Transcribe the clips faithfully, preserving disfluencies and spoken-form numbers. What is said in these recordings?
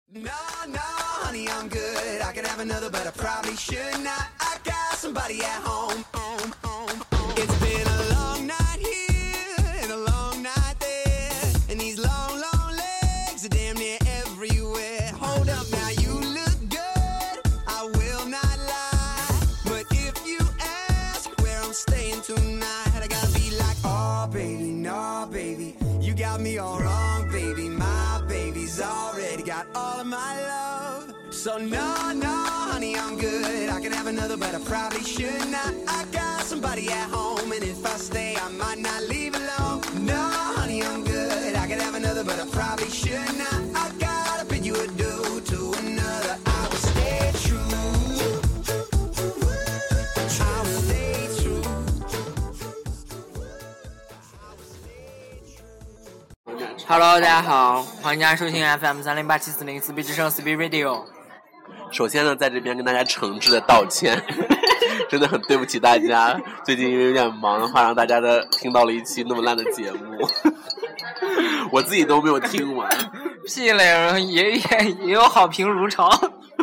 No, no, honey, I'm good. I could have another, but I probably should not. I got somebody at home. home, home, home. It's been a long night here and a long night there, and these long, long legs are damn near everywhere. Hold up now, you look good, I will not lie. But if you ask where I'm staying tonight, I gotta be like, oh, baby, no, baby. You got me all wrong, baby. My baby's already got all of my love. So no, no, honey, I'm good. I can have another, but I probably should not. I got somebody at home, and if I stay, I might not leave alone. No, honey, I'm good. I can have another, but I probably should not. I gotta bid you adieu to another. I will stay true. I will stay true. Hello， 大家好，欢迎大家收听 F M 三零八七四零 Speed 之声 Speed Radio。 首先呢，在这边跟大家诚挚的道歉，真的很对不起大家。最近因为有点忙的话，让大家的听到了一期那么烂的节目，我自己都没有听完。 屁嘞，也也也有好评如潮。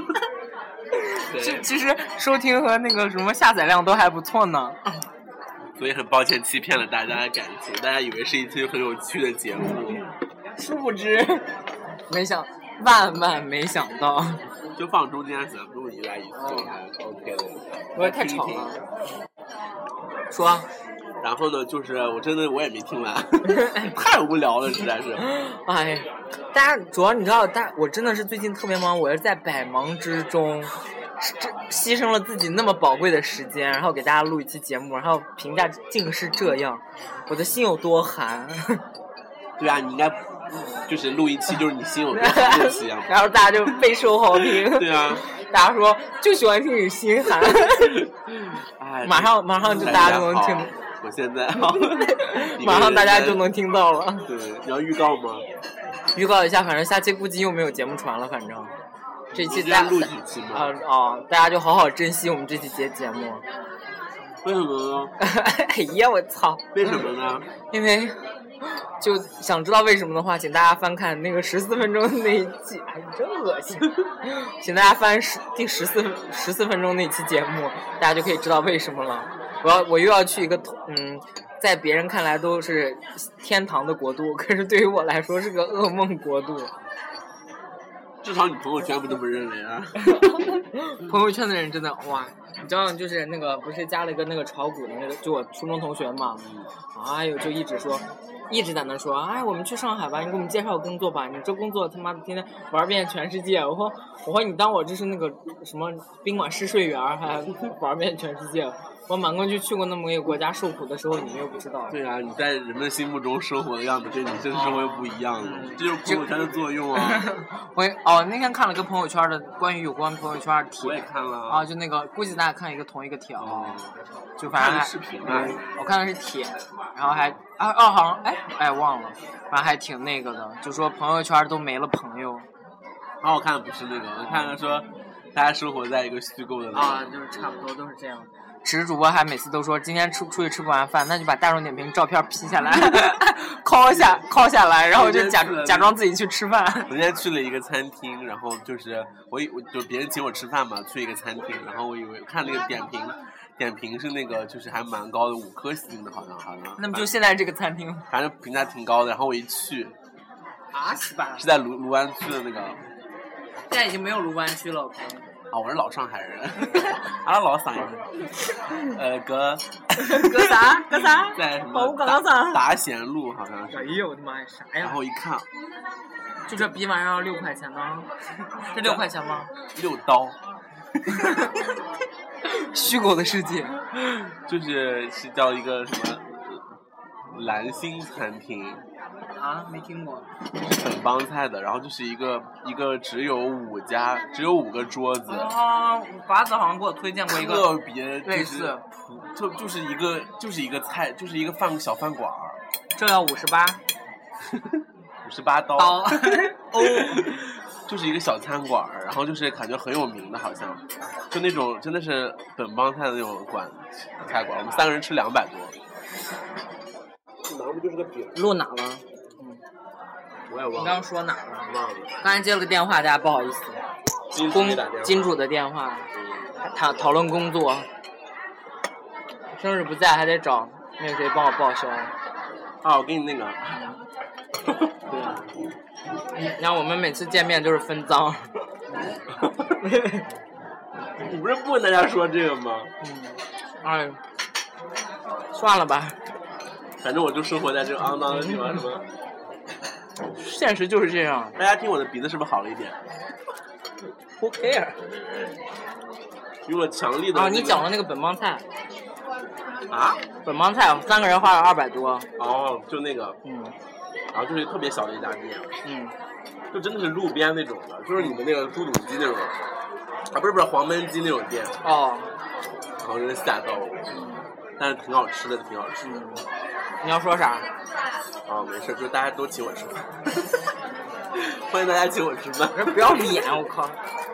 其其实收听和那个什么下载量都还不错呢。 所以很抱歉欺骗了大家的感情，大家以为是一期很有趣的节目， 殊不知，没想万万没想到。 就放中间咱们录一来一次还 OK 的。 我也太吵了。说。 然后呢，就是我真的我也没听完，太无聊了，实在是。 哎，大家主要你知道，大我真的是最近特别忙，我是在百忙之中，这牺牲了自己那么宝贵的时间，然后给大家录一期节目，然后评价竟是这样，我的心有多寒。 对啊，你应该就是录一期，就是你心有多寒就行。 然后大家就备受好评。 对啊， 大家说就喜欢听你心寒。哎，马上马上就大家都能听。 我现在马上大家就能听到了。 对，你要预告吗？ 预告一下，反正下期估计又没有节目传了，反正这期大家录几期吗？ 啊哦，大家就好好珍惜我们这期节节目。 为什么呢？ 哎呀，我操！ 为什么呢？ 因为就想知道为什么的话，请大家翻看那个十四分钟那一期，哎，真恶心！请大家翻十第十四十四分钟那期节目，大家就可以知道为什么了。我要我又要去一个嗯，在别人看来都是天堂的国度，可是对于我来说是个噩梦国度。 至少你朋友圈不这么认为啊。 朋友圈的人真的哇，你知道就是那个不是加了一个那个炒股的那个，就我初中同学嘛，哎呦就一直说，一直在那说，哎我们去上海吧，你给我们介绍工作吧，你这工作他妈的天天玩遍全世界，我说我说你当我这是那个什么宾馆试睡员还玩遍全世界。我满过去去过那么一个国家受苦的时候，你们又不知道。 对啊，你在人们心目中生活的样子跟你真实生活又不一样了，嗯、这就是朋友圈的作用啊。 我哦，那天看了个朋友圈的关于有关朋友圈的帖， 我也看了啊，就那个估计大家看一个同一个帖啊、 哦， 就反正视频啊， 我看的是帖，然后还啊哦好像哎哎忘了，反正还挺那个的，就说朋友圈都没了朋友。 然后我看的不是那个，我看的说大家生活在一个虚构的啊，就是差不多都是这样。只是主播还每次都说今天吃出去吃不完饭，那就把大众点评照片 P 下来拷下拷下来，然后就假假装自己去吃饭。 我今天去了一个餐厅，然后就是我我就别人请我吃饭嘛，去一个餐厅，然后我以为看那个点评点评是那个就是还蛮高的五颗星的，好像好像。 那么就现在这个餐厅， 反正评价挺高的，然后我一去， 啊是吧？ 是在卢卢湾区的那个。 现在已经没有卢湾区了。 啊，我是老上海人，俺老上海人。呃，哥， 哥啥？哥啥？ 在什么达达贤路好像是。 哎呦我的妈呀，啥呀？ 然后一看， 就这逼玩意儿要六块钱吗？这六块钱吗？ 六刀。 虚构的世界。 就是是叫一个什么蓝星餐厅。 啊，没听过。 本帮菜的，然后就是一个一个只有五家，只有五个桌子。 啊，八子好像给我推荐过一个特别类似， 就就是一个就是一个菜，就是一个饭小饭馆。 这要五十八， 五十八刀。 刀。 哦。就是一个小餐馆，然后就是感觉很有名的，好像就那种真的是本帮菜的那种馆菜馆。我们三个人吃两百多。拿不就是个饼？ 落哪了？ 我也忘了。 你刚刚说哪了？ 忘了。 刚才接了个电话，大家不好意思。 金主公给打电话金主的电话，讨讨论工作。生日不在，还得找那个谁帮我报销。 啊，我给你那个。 对。然后我们每次见面就是分赃。 你不是不跟大家说这个吗？ 嗯。哎。算了吧。 反正我就生活在这个肮脏的地方，是吧？ 现实就是这样。 大家听我的鼻子是不是好了一点 ？Who care？ 有了强力的、那个。 啊，你讲了那个本帮菜。 啊？ 本帮菜，三个人花了二百多。 哦，就那个。 嗯。 然后就是特别小的一家店。 嗯。 就真的是路边那种的，就是你们那个猪肚鸡那种，啊不是不是黄焖鸡那种店。 哦。 然后真是吓到我。嗯。但是挺好吃的，挺好吃的。 嗯、你要说啥？ 哦，没事，就是大家都请我吃饭。欢迎大家请我吃饭。 不要脸，我靠！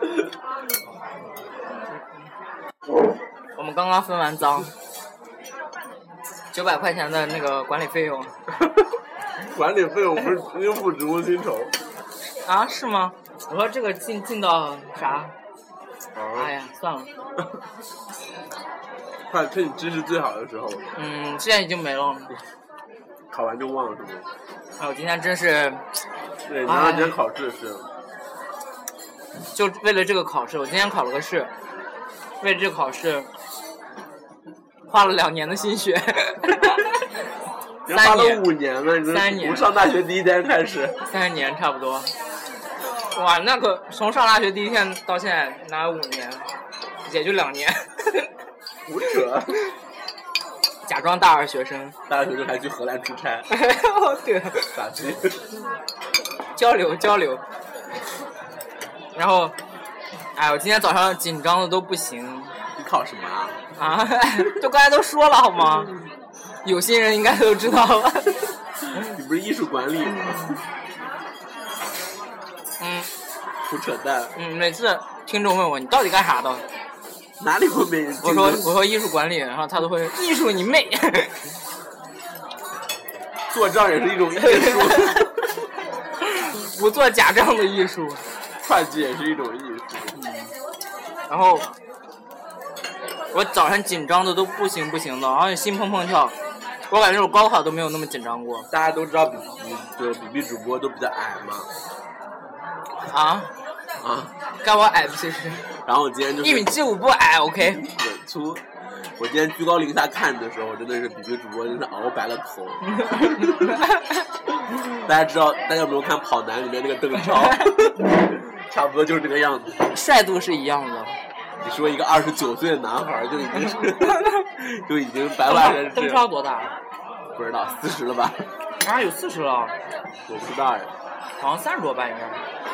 我们刚刚分完赃，九百块钱的那个管理费用。 管理费用不是应付职工薪酬。 啊？是吗？我说这个进进到啥？ 哦、 哎呀，算了。 快趁你知识最好的时候。 嗯，现在已经没了。 考完就忘了是吗？ 哎，我今天真是。 对，前两天考试是。 就为了这个考试，我今天考了个试，为了这个考试花了两年的心血。 花了五年了，你三年。 从上大学第一天开始。 三年差不多。哇，那个从上大学第一天到现在哪有五年？也就两年。 胡扯！ 假装大二学生， 大二学生还去荷兰出差。 对， 咋去？ 交流交流。然后，哎，我今天早上紧张的都不行。 你考什么啊？ 啊，就刚才都说了好吗？有心人应该都知道了。 你不是艺术管理吗？ 嗯。 胡扯淡。 嗯，每次听众问我你到底干啥的？ 哪里会没人？ 我说我说艺术管理，然后他都会艺术你妹。 做账也是一种艺术。 不做假账的艺术。 会计也是一种艺术。 嗯。然后我早上紧张的都不行不行的，然后心砰砰跳。我感觉我高考都没有那么紧张过。 大家都知道比比就比比主播都比较矮嘛。 啊？ 啊？ 干我矮其实。 然后我今天就是一米七五不矮 ，OK。 很粗。我今天居高临下看的时候，真的是比比主播真是熬白了头。大家知道，大家有没有看《跑男》里面那个邓超？差不多就是这个样子。 帅度是一样的。 你说一个二十九岁的男孩就已经是就已经百万人。 邓超多大？ 不知道，四十了吧？ 啊，有四十了。 我不知道呀。 好像三十多吧，应该。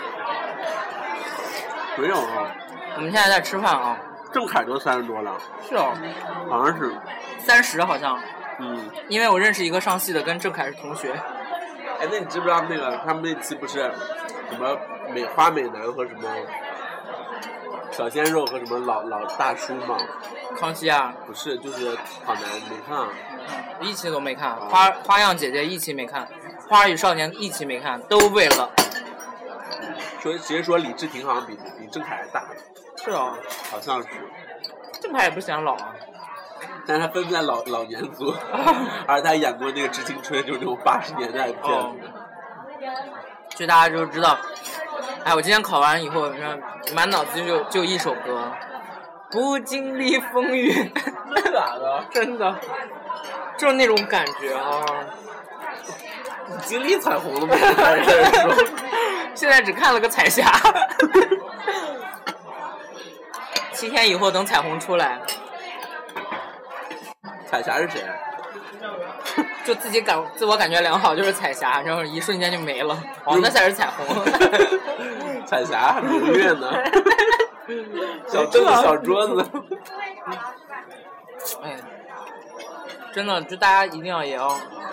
没有啊。 我们现在在吃饭啊。 郑恺都三十多了。 是哦。 好像是。 三十好像。 嗯。 因为我认识一个上戏的，跟郑恺是同学。 哎，那你知不知道那个他们那期不是什么美花美男和什么小鲜肉和什么老老大叔吗？ 康熙啊？ 不是，就是跑男没看、啊。 一期都没看。花花样姐姐一期没看，花儿与少年一期没看，都为了。 说其实说李治廷好像比比郑恺还大。 是哦。 好像是。 郑恺也不显老啊。 但是他分布在老老年组，而且他演过那个《致青春》，就是那种八十年代的片子。哦、 就大家就知道，哎，我今天考完以后，满脑子就就一首歌，不经历风雨。 真的假的？ 真的，就是那种感觉啊。 你经历彩虹了吗？ 现在只看了个彩霞。七天以后等彩虹出来。 彩霞是谁？ 就自己感自我感觉良好，就是彩霞，然后一瞬间就没了。哦，那才是彩虹。 彩霞还明月呢。小凳子、小桌子。 哎，真的，就大家一定要也要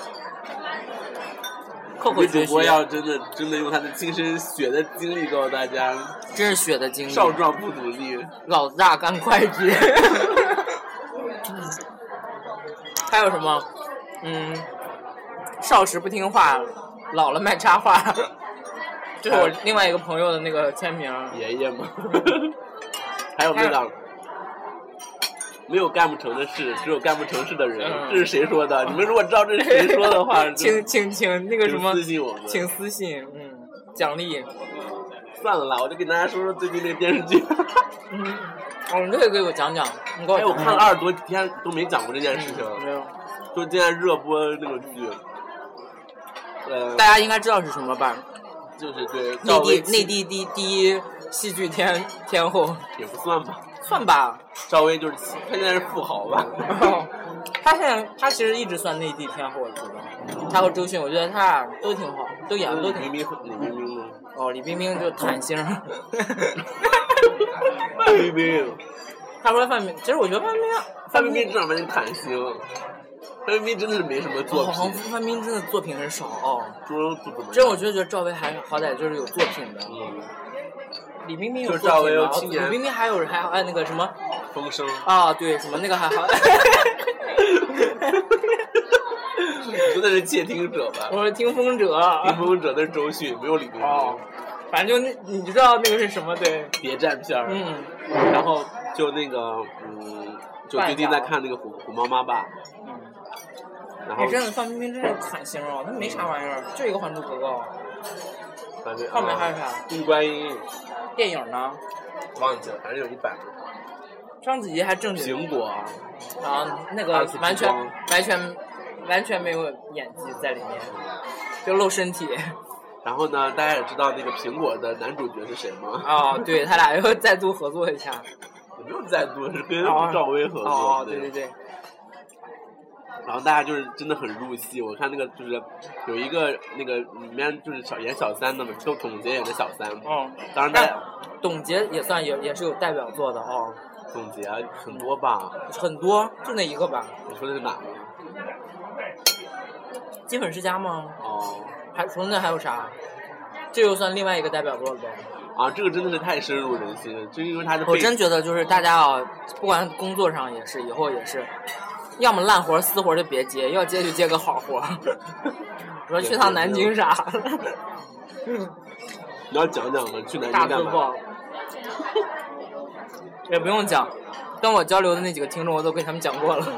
刻苦学习。 主播要真的真的用他的亲身血的经历告诉大家， 真是血的经历。 少壮不努力， 老子大干快捷。还有什么？嗯，少时不听话，老了卖插画。 这是我另外一个朋友的那个签名。 爷爷嘛，还有那个没有干不成的事，只有干不成事的人， 嗯、 这是谁说的？你们如果知道这是谁说的话， 请请请那个什么， 私信我们， 请私信，嗯，奖励。 算了啦，我就给大家说说最近那个电视剧。 嗯，哦，你这个给我讲讲。你给我讲讲。 哎，我看了二十多天都没讲过这件事情。 没有。 就现在热播那个剧，呃， 大家应该知道是什么吧？ 就是对内地内地第第一戏剧天天后。 也不算吧。 算吧。 赵薇就是她现在是富豪吧？ 她现在她其实一直算内地天后，我觉得。她和周迅，我觉得她俩都挺好，都演的都挺。 李冰冰，李冰冰呢？ 哦，李冰冰就坦星。 范冰冰。 他说范冰，其实我觉得范冰冰， 范冰冰这上面坦星。范冰冰真的是没什么作品。 哦，范冰冰真的作品很少哦。 说不怎么样。 真我觉得觉得赵薇还好歹就是有作品的。 嗯。 李冰冰有作品。就赵薇有青年。 李冰冰还有还还那个什么。 风声。 啊，对，什么那个还好。 说的是窃听者吧？ 我是听风者。 听风者那是周迅，没有李冰冰。 哦。反正就你知道那个是什么对？ 谍战片儿。 嗯。 然后就那个嗯，就最近在看那个虎虎妈妈吧。 嗯。 然后。 哎，真的范冰冰真是坦星哦，她没啥玩意儿，就一个《还珠格格》。 反正。 后面还有啥？ 杜观音。 电影呢？ 忘记了，反正有一版。 章子怡还正经。 苹果。 啊，那个完全完全完全没有演技在里面，就露身体。 然后呢，大家也知道那个苹果的男主角是谁吗？ 哦，对他俩又再度合作一下。 也没有再度，是跟赵薇合作。 哦，对对对。 然后大家就是真的很入戏，我看那个就是有一个那个里面就是小演小三的嘛，就董洁演的小三。 哦。 当然大家。 董洁也算也也是有代表作的哦。 董洁很多吧？ 很多，就那一个吧。 你说的是哪个？ 基本世家吗？ 哦。 还除了那还有啥？这又算另外一个代表作了呗。 啊，这个真的是太深入人心了，就因为他的。 我真觉得就是大家啊，不管工作上也是，以后也是，要么烂活死活就别接，要接就接个好活。我说去趟南京啥？ 你要讲讲吗？去南京干嘛？ 也不用讲，跟我交流的那几个听众我都给他们讲过了。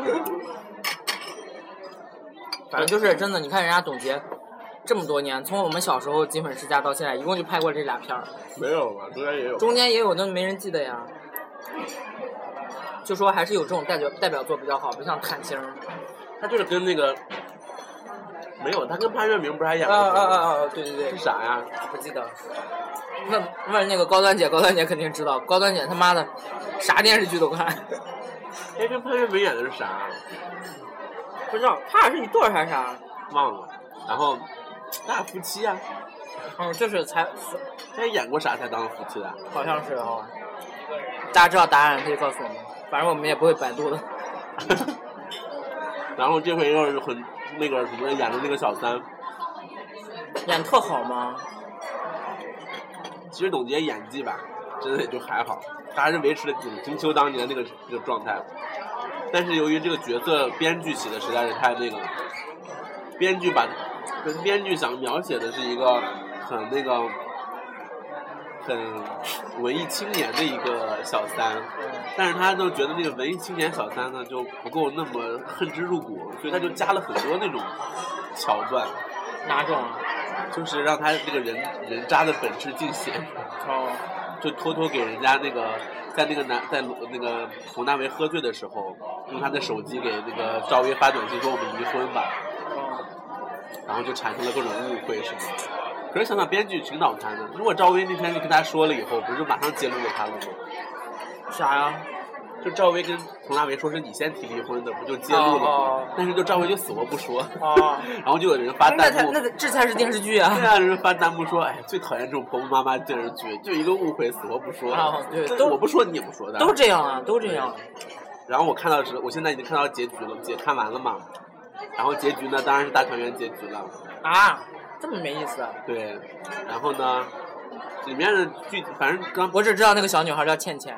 反正就是真的，你看人家董洁这么多年，从我们小时候金粉世家到现在，一共就拍过这俩片儿。 没有吧？中间也有。 中间也有，那没人记得呀。就说还是有这种代表代表作比较好，不像坦星。 他就是跟那个没有，他跟潘粤明不是还演过？ 啊啊啊啊！对对对。 是啥呀？ 不记得。问问那个高端姐，高端姐肯定知道。高端姐他妈的啥电视剧都看。 哎，跟潘粤明演的是啥？ 不知道，他俩是一对儿还是啥？ 忘了。然后，他俩夫妻啊。 嗯，就是才。 他演过啥才当夫妻的？ 好像是哦。大家知道答案可以告诉我们，反正我们也不会百度的。 然后这回又是很那个什么演的那个小三。 演特好吗？ 其实董洁演技吧，真的也就还好，她还是维持了金秋当年那个那个状态。但是由于这个角色编剧写的实在是太那个了，编剧把跟编剧想描写的是一个很那个很文艺青年的一个小三，但是他就觉得那个文艺青年小三呢就不够那么恨之入骨，所以他就加了很多那种桥段。 哪种？ 就是让他这个人人渣的本质尽显。 哦。 就偷偷给人家那个在那个男在那个佟大为喝醉的时候，用他的手机给那个赵薇发短信说我们离婚吧。 哦。 然后就产生了各种误会什么的。可是想想编剧挺脑残的，如果赵薇那天就跟他说了以后，不是马上揭露了他了吗？ 啥呀？ 就赵薇跟佟大为说是你先提离婚的，不就揭露了吗？ 哦、 但是就赵薇就死活不说。 哦。 然后就有人发弹幕， 那那这才是电视剧啊！ 对啊，人发弹幕说，哎，最讨厌这种婆婆妈妈电视剧，就一个误会死活不说。 啊，对，都我不说你也不说的。 都这样啊，都这样。 然后我看到是，我现在已经看到结局了，姐看完了嘛。然后结局呢，当然是大团圆结局了。 啊，这么没意思啊？ 对，然后呢，里面的剧反正刚我只知道那个小女孩叫倩倩。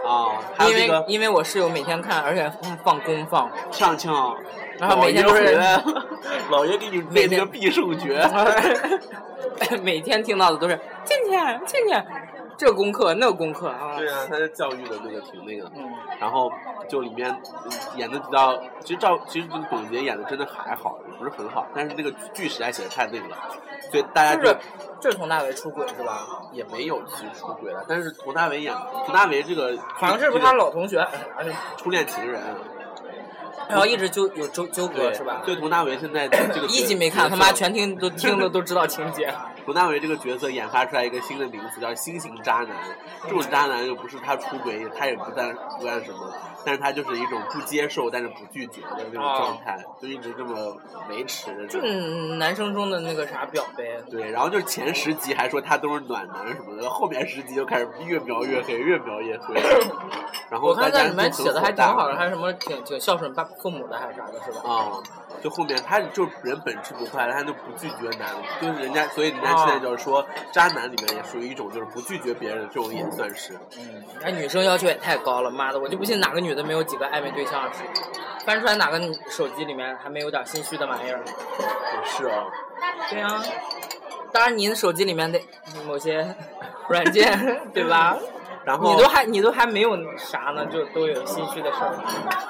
啊，还有因为、 那个因为我室友每天看，而且放公放， 畅畅， 然后每天都是老爷回来老爷给你背那个必胜诀， 每天听到的都是倩倩倩倩，这个功课那个功课啊。 对啊，他是教育的那个挺那个的。 嗯， 然后就里面演的比较，其实赵其实这个董洁演的真的还好，也不是很好，但是那个剧实在写的太那个了，所以大家就是就是佟大为出轨是吧？ 也没有去出轨了，但是佟大为演佟大为这个好像是不是他老同学，而且初恋情人， 然后一直就有纠纠葛对是吧？ 对，佟大为现在这个一集没看，他妈全听都听的都知道情节。 佟大为这个角色研发出来一个新的名词，叫新型渣男。这种渣男又不是他出轨，他也不干不干什么，但是他就是一种不接受但是不拒绝的那种状态，哦、就一直这么维持的。 就男生中的那个啥表呗。 对，然后就是前十集还说他都是暖男什么的，后面十集就开始越描越黑，越描越黑。然后我看在里面写的还挺好的，还有什么挺挺孝顺爸父母的，还是啥的，是吧？ 啊、嗯，就后面他就人本质不坏，他就不拒绝男，就是人家，所以人家现在就是说，哦、渣男里面也属于一种就是不拒绝别人的这种也算是。 嗯，哎，女生要求也太高了，妈的，我就不信哪个女的没有几个暧昧对象，翻出来哪个手机里面还没有点心虚的玩意儿？ 也是哦。 对啊，当然你的手机里面的某些软件，对吧？ 然后你都还你都还没有啥呢，就都有心虚的事儿。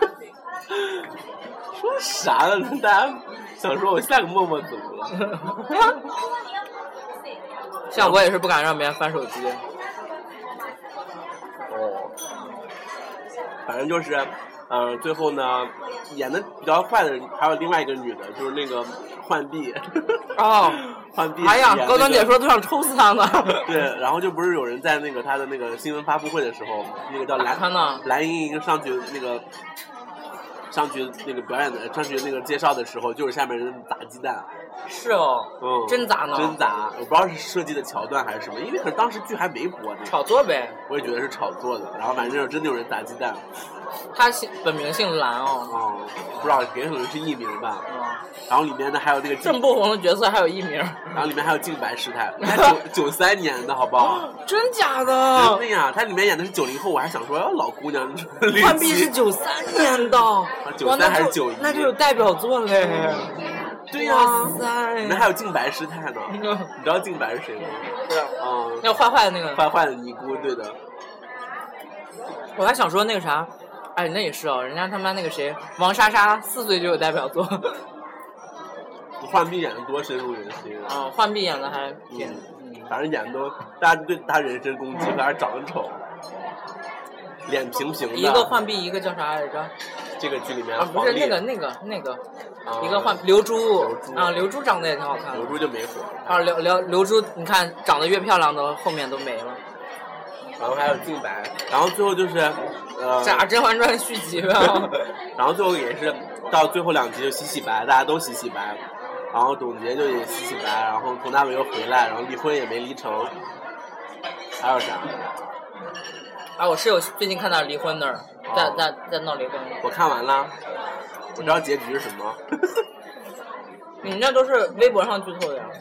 说啥了？大家想说我下个陌陌怎么了？ 像我也是不敢让别人翻手机。 哦，反正就是，嗯、呃，最后呢，演的比较坏的人还有另外一个女的，就是那个浣碧。 哦， 浣碧。 哎呀，高端姐说都想抽死她呢。 对，然后就不是有人在那个她的那个新闻发布会的时候，那个叫蓝蓝莹莹上去那个。上去那个表演的，上去那个介绍的时候，就是下面人砸鸡蛋。 是哦， 嗯， 真砸呢？ 真砸，我不知道是设计的桥段还是什么，因为可能当时剧还没播呢。 炒作呗。 我也觉得是炒作的，然后反正真的有人砸鸡蛋。 他姓本名姓蓝哦。 哦、嗯，不知道也可能是艺名吧。 嗯。 然后里面呢还有那个正不红的角色还有艺名。 然后里面还有靖白师太，他九九三年的好不好？ 真假的？ 真的呀，他里面演的是九零后，我还想说，老姑娘。 浣碧是九三年的。 九三还是九一？ 那就有代表作嘞。 对呀、 啊，哇塞！ 里面还有靖白师太呢。你知道靖白是谁吗？ 对啊。 嗯。 那个坏坏的那个。 坏坏的尼姑，对的。 我还想说那个啥，哎，那也是哦，人家他妈那个谁，王莎莎四岁就有代表作。 浣碧演的多深入人心啊！ 啊，浣碧演的还挺， 嗯，反正演的都，大家对他人身攻击，还是长得丑，脸平平的。 一个浣碧，一个叫啥来着？ 这个剧里面啊，不是那个那个那个， 啊、 一个浣刘珠刘珠啊，刘珠长得也挺好看的。 刘珠就没火。 啊，刘刘刘珠，你看长得越漂亮的后面都没了。 然后还有靖白，然后最后就是，呃， 啥《甄嬛传》续集啊？ 然后最后也是到最后两集就洗洗白，大家都洗洗白。然后董洁就也洗洗白，然后佟大为又回来，然后离婚也没离成。还有啥？ 啊，我室友最近看到离婚那儿，在在在闹离婚。 我看完了，我知道结局是什么。 你那都是微博上剧透的呀？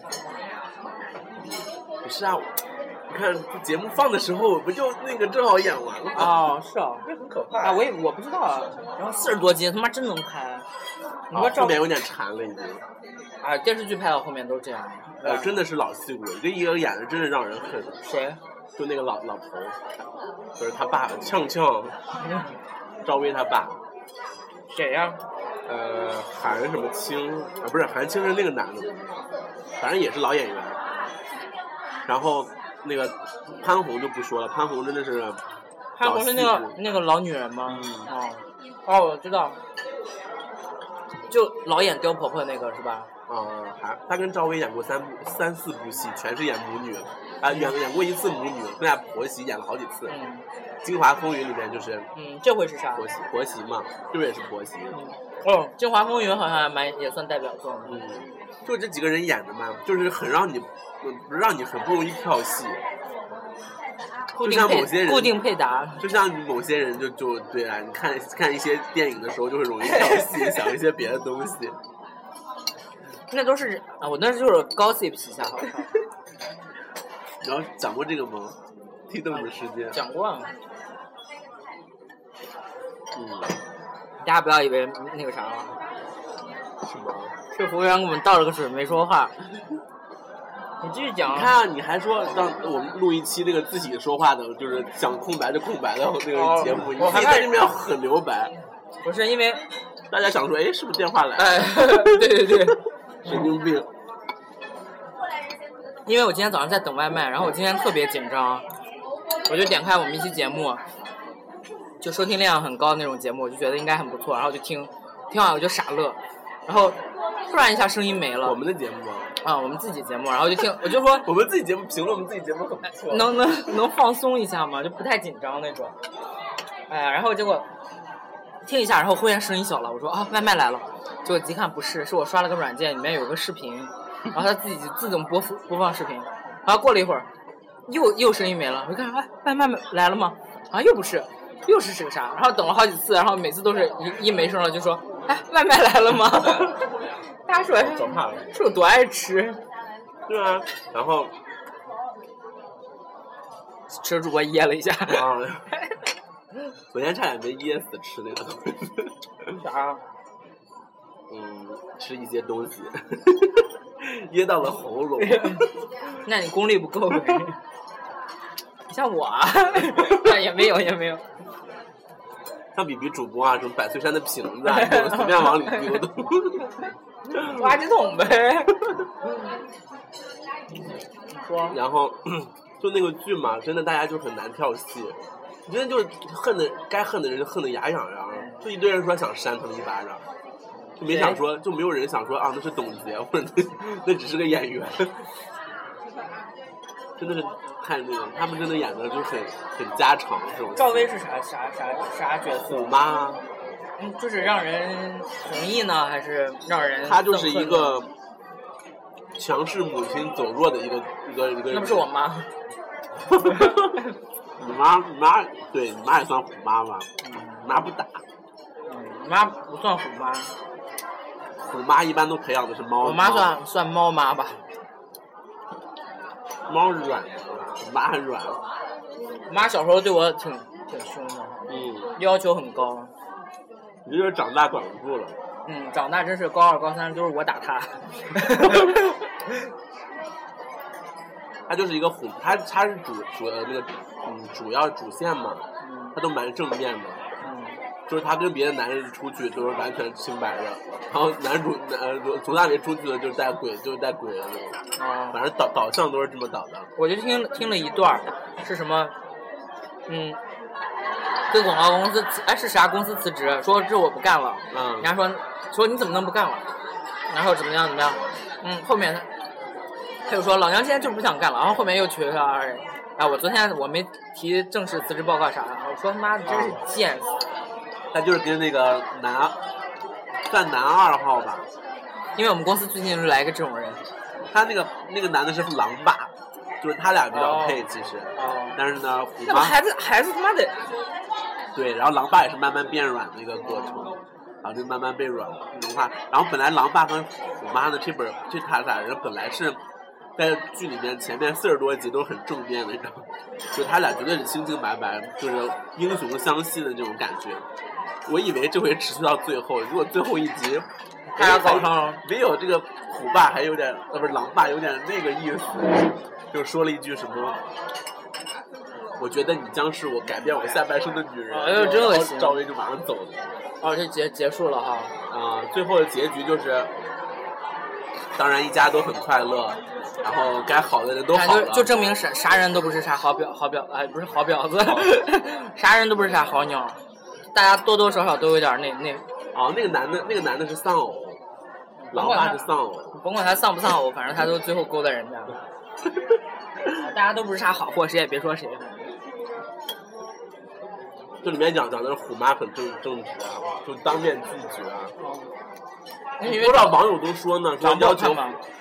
不是啊，你看节目放的时候不就那个正好演完了吗？ 哦，是啊， 这很可怕啊！我也我不知道啊。然后四十多集，他妈真能拍。 你说后面有点馋了已经。 啊，电视剧拍到后面都这样。 呃，真的是老戏骨，这一个演的真是让人恨。 谁？ 就那个老老头，就是他爸呛呛，赵薇他爸。 谁呀、 啊？呃，韩什么清啊？不是韩清是那个男的，反正也是老演员。然后那个潘虹就不说了，潘虹真的是。 潘虹是那个那个老女人吗？ 嗯。 哦，哦，我知道。就老演刁婆婆那个是吧？ 啊、呃，还他跟赵薇演过三部三四部戏，全是演母女，啊、呃，演演过一次母女，跟俩婆媳演了好几次。 嗯。 京华风云里面就是。 嗯，这回是啥？ 婆媳婆媳嘛，这回也是婆媳。 嗯。哦，京华风云好像还蛮也算代表作。 嗯。就这几个人演的嘛，就是很让你，不是让你很不容易跳戏。 就像某些人固定配搭， 就像某些人就就对啊，你看看一些电影的时候就会容易跳戏，想一些别的东西。 那都是啊，我那就是 gossip 旗下好看。 然后讲过这个吗？替邓的时间。 讲过啊。 嗯， 大家不要以为那个啥了， 什么？ 是服务员给我们倒了个水没说话。你继续讲。 你看，你还说让我们录一期那个自己说话的，就是讲空白的空白的那个节目， 哦、 你自己在这边很留白。 不是因为大家想说，哎，是不是电话来？ 哎，对对对， 神经病。 因为我今天早上在等外卖，然后我今天特别紧张，我就点开我们一期节目，就收听量很高的那种节目，我就觉得应该很不错，然后就听，听完我就傻乐，然后突然一下声音没了。 我们的节目吗？ 啊，我们自己节目，然后就听，我就说我们自己节目评论我们自己节目很不错， 能能能放松一下吗？就不太紧张那种。哎呀，然后结果听一下，然后忽然声音小了，我说啊，外卖来了，结果一看不是，是我刷了个软件，里面有个视频，然后它自己自动播播放视频，然后过了一会儿，又又声音没了，我一看，哎，外卖来了吗？啊，又不是，又是这个啥？然后等了好几次，然后每次都是一一没声了，就说，哎，外卖来了吗？大家说是有多爱吃？ 对啊，然后吃主播噎了一下。 啊，昨天差点没噎死吃那个东西。 啥？ 嗯，吃一些东西，噎到了喉咙。 那你功力不够呗？像我啊，也没有也没有。 像比比主播啊，什么百岁山的瓶子啊，这种随便往里丢的。 垃圾桶呗。说。 然后就那个剧嘛，真的大家就很难跳戏，真的就恨的该恨的人就恨得牙痒痒，就一堆人说想扇他们一巴掌，就没想说就没有人想说啊那是董洁或者那那只是个演员。真的是太那个，他们真的演的就很很家常这种。 赵薇是啥啥啥啥角色？ 虎妈。 嗯，就是让人同意呢，还是让人？ 她就是一个强势母亲走弱的一个一个一个。 那不是我妈。 你妈你妈对你妈也算虎妈吧？你妈不打。 嗯，你妈不算虎妈。 虎妈一般都培养的是猫。 我妈算算猫妈吧。 猫软，妈很软。 我妈小时候对我挺挺凶的， 嗯， 要求很高。 你这长大管不住了。 嗯，长大真是高二高三都是我打她。 他就是一个虎，他他是主主那个嗯主要主线嘛，他都蛮正面的。 嗯， 就是他跟别的男人出去都是完全清白的，然后男主呃从大连出去的就是带鬼，就是带鬼的那种， 啊， 反正导导向都是这么导的。 我就听听了一段，是什么？嗯，跟广告公司哎是啥公司辞职，说这我不干了。 嗯， 人家说说你怎么能不干了？然后怎么样怎么样？嗯，后面他又说老娘现在就是不想干了，然后后面又去了哎，哎我昨天我没提正式辞职报告啥的，我说他妈的真是贱死。 他就是跟那个男，算男二号吧， 因为我们公司最近就来一个这种人， 他那个那个男的是狼爸，就是他俩比较配其实， 哦、 但是呢，虎妈那孩子孩子他妈的， 对，然后狼爸也是慢慢变软的一个过程，然后就慢慢被软融化，然后本来狼爸跟虎妈的这本这他俩人本来是。在剧里面前面四十多集都很正面的，你知道吗？就他俩绝对是清清白白，就是英雄相惜的这种感觉。我以为这回持续到最后，如果最后一集大家搞上了， 没有这个虎爸还有点，呃不是狼爸有点那个意思，就说了一句什么？我觉得你将是我改变我下半生的女人。 哎呦，真恶心！ 赵薇就马上走了。 哦，这结结束了哈。 啊、呃，最后的结局就是，当然一家都很快乐。然后该好的人都好了， 就就证明啥啥人都不是啥好婊好婊哎不是好婊子，啥人都不是啥好鸟，大家多多少少都有点那那。 哦，那个男的那个男的是丧偶，老爸是丧偶， 甭管他丧不丧偶，反正他都最后勾搭人家。大家都不是啥好货，谁也别说谁。 这里面讲讲的是虎妈很正正直啊，就当面拒绝啊。多少网友都说呢，说要求。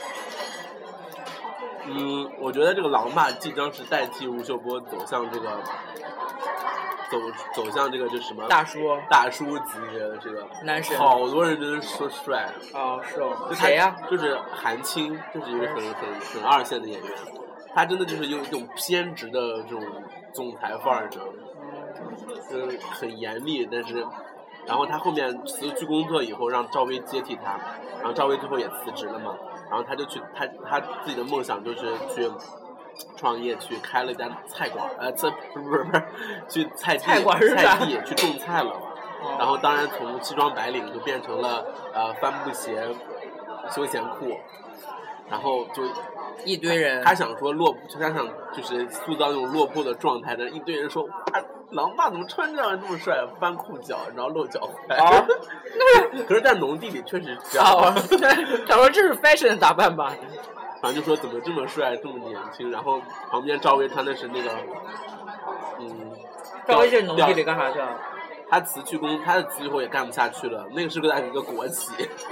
嗯，我觉得这个狼爸即将是代替吴秀波走向这个，走走向这个就什么大叔大叔级别的这个男神， 好多人都说帅哦，是哦， 就谁呀、 啊？就是韩青，就是一个很很很二线的演员， 他真的就是有一种偏执的这种总裁范儿，就是很严厉，但是，然后他后面辞去工作以后，让赵薇接替他，然后赵薇最后也辞职了嘛，然后他就去他他自己的梦想就是去创业，去开了一家菜馆，呃，这不是不是不是，去菜地菜馆是菜地去种菜了，然后当然从西装白领就变成了呃帆布鞋、休闲裤。然后就一堆人， 他想说落，他想就是塑造那种落魄的状态，但一堆人说啊，狼爸怎么穿这样这么帅，翻裤脚，然后露脚踝。啊，可是，在农地里确实这样。 啊，他说这是 fashion 的打扮吧？ 反正就说怎么这么帅，这么年轻，然后旁边赵薇穿的是那个，嗯， 赵薇是农地里干啥去了？ 他辞去工，他的辞以后也干不下去了，那个是个在一个国企。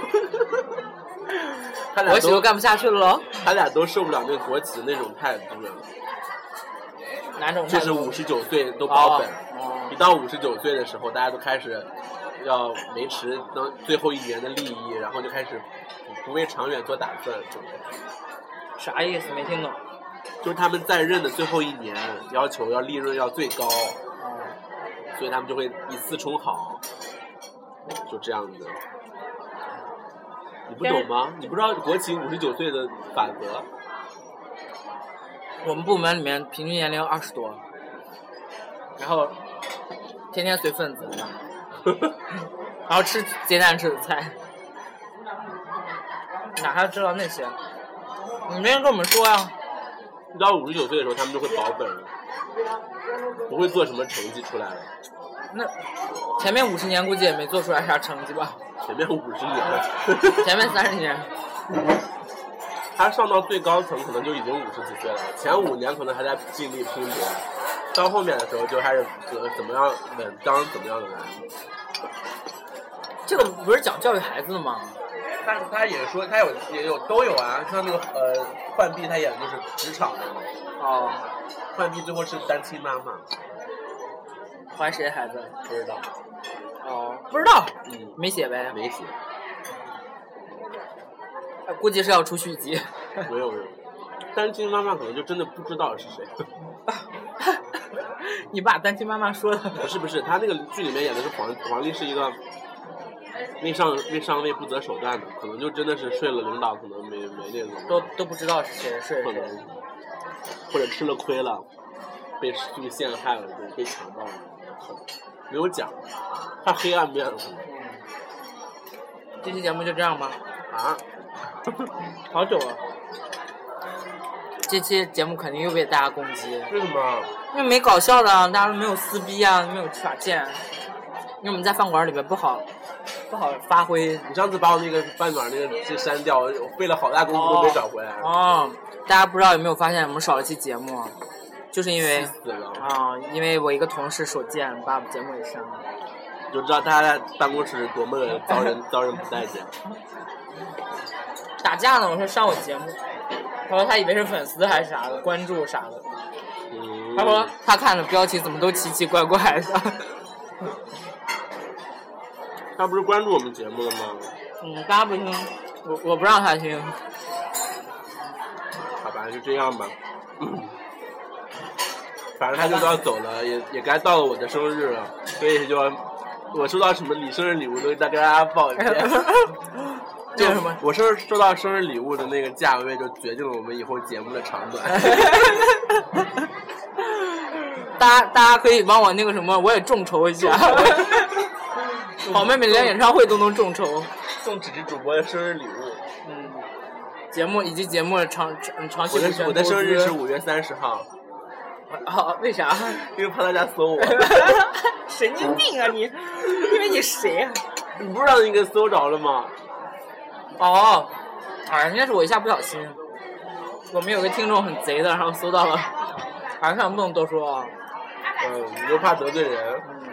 他俩国企都干不下去了咯， 他俩都受不了那个国企的那种态度了。 哪种态度？ 就是五十九岁都保本， 哦、 一到五十九岁的时候，大家都开始要维持当最后一年的利益，然后就开始不为长远做打算。 啥意思？没听懂。 就是他们在任的最后一年，要求要利润要最高，所以他们就会以次充好，就这样子。你不懂吗？你不知道国企五十九岁的法则？ 我们部门里面平均年龄二十多，然后天天随份子，然后吃接难吃的菜，哪还知道那些？你没人跟我们说呀？ 你到五十九岁的时候，他们就会保本，不会做什么成绩出来了。 那前面五十年估计也没做出来啥成绩吧？ 前面五十年， 前面三十年。 他上到最高层可能就已经五十几岁了，前五年可能还在尽力拼搏，到后面的时候就开始怎么样稳当怎么样的人。 这个不是讲教育孩子的吗？ 他他也说他有也有都有啊，像那个呃浣碧他演的就是职场的。 哦。 浣碧最后是单亲妈妈。 怀谁孩子？ 不知道。 哦，不知道。 嗯， 没写呗。 没写。 估计是要出续集。 没有没有，单亲妈妈可能就真的不知道是谁。 你把单亲妈妈说的？ 不是不是，他那个剧里面演的是皇皇帝是一个为上为上位不择手段的，可能就真的是睡了领导，可能没没那种。 都都不知道是谁睡可能，或者吃了亏了，被就陷害了，就被强暴了，没有讲，太黑暗面了。 这期节目就这样吧。 啊？ 好久了。这期节目肯定又被大家攻击。 为什么？ 因为没搞笑的，大家都没有撕逼啊，没有吃法剑。因为我们在饭馆里面不好，不好发挥。 你上次把我那个饭馆那个去删掉，我费了好大功夫都没找回来。 哦，大家不知道有没有发现我们少了期节目，就是因为啊、嗯，因为我一个同事手贱把我们节目给删了。 你就知道大家在办公室多么的遭人遭人不待见。 打架呢，我说上我节目，他说他以为是粉丝还是啥的，关注啥的。 嗯、 他说他看的标题怎么都奇奇怪怪的。 他不是关注我们节目了吗？ 嗯，大家不听，我我不让他听。 好吧，就这样吧。嗯、反正他就要走了，也也该到了我的生日了，所以就我收到什么礼生日礼物都再跟大家报一遍。就什么？我收收到生日礼物的那个价位，就决定了我们以后节目的长短。 大家大家可以帮我那个什么，我也众筹一下。好妹妹连演唱会都能众筹， 送纸质主播的生日礼物。 嗯，节目以及节目的长长期我的我的生日是五月三十号。 哦，为啥？ 因为怕大家搜我。 神经病啊你！因为你谁啊？ 你不知道你给搜着了吗？ 哦，啊，应该是我一下不小心。我们有个听众很贼的，然后搜到了，好像不能多说啊。 嗯，你就怕得罪人。 嗯。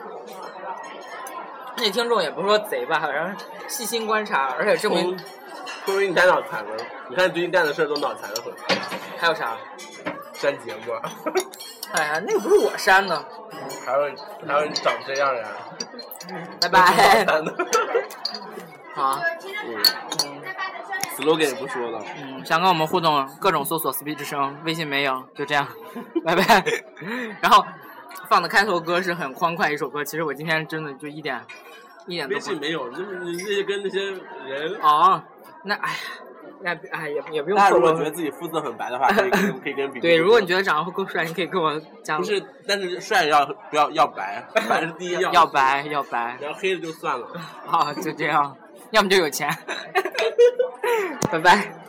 那听众也不是说贼吧，好像细心观察，而且证明。 说明你太脑残了。你看最近干的事儿都脑残的很。 还有啥？ 删节目。 哎呀，那个不是我删的。 还有还有你长这样呀。 拜拜。 脑残的。 好。 嗯。 嗯。 slogan 也不说了。 嗯，想跟我们互动，各种搜索撕逼之声，微信没有，就这样，拜拜。然后放的开头歌是很欢快一首歌，其实我今天真的就一点一点都不。 微信没有，就是你那些跟那些人。 哦，那哎呀。那哎也也不用。 大家如果觉得自己肤色很白的话，可以跟可以跟比。 对，如果你觉得长得够帅，你可以跟我加。 不是，但是帅要不要要白，白是第一要。 要白要白， 然后黑的就算了。 好，就这样，要么就有钱。拜拜。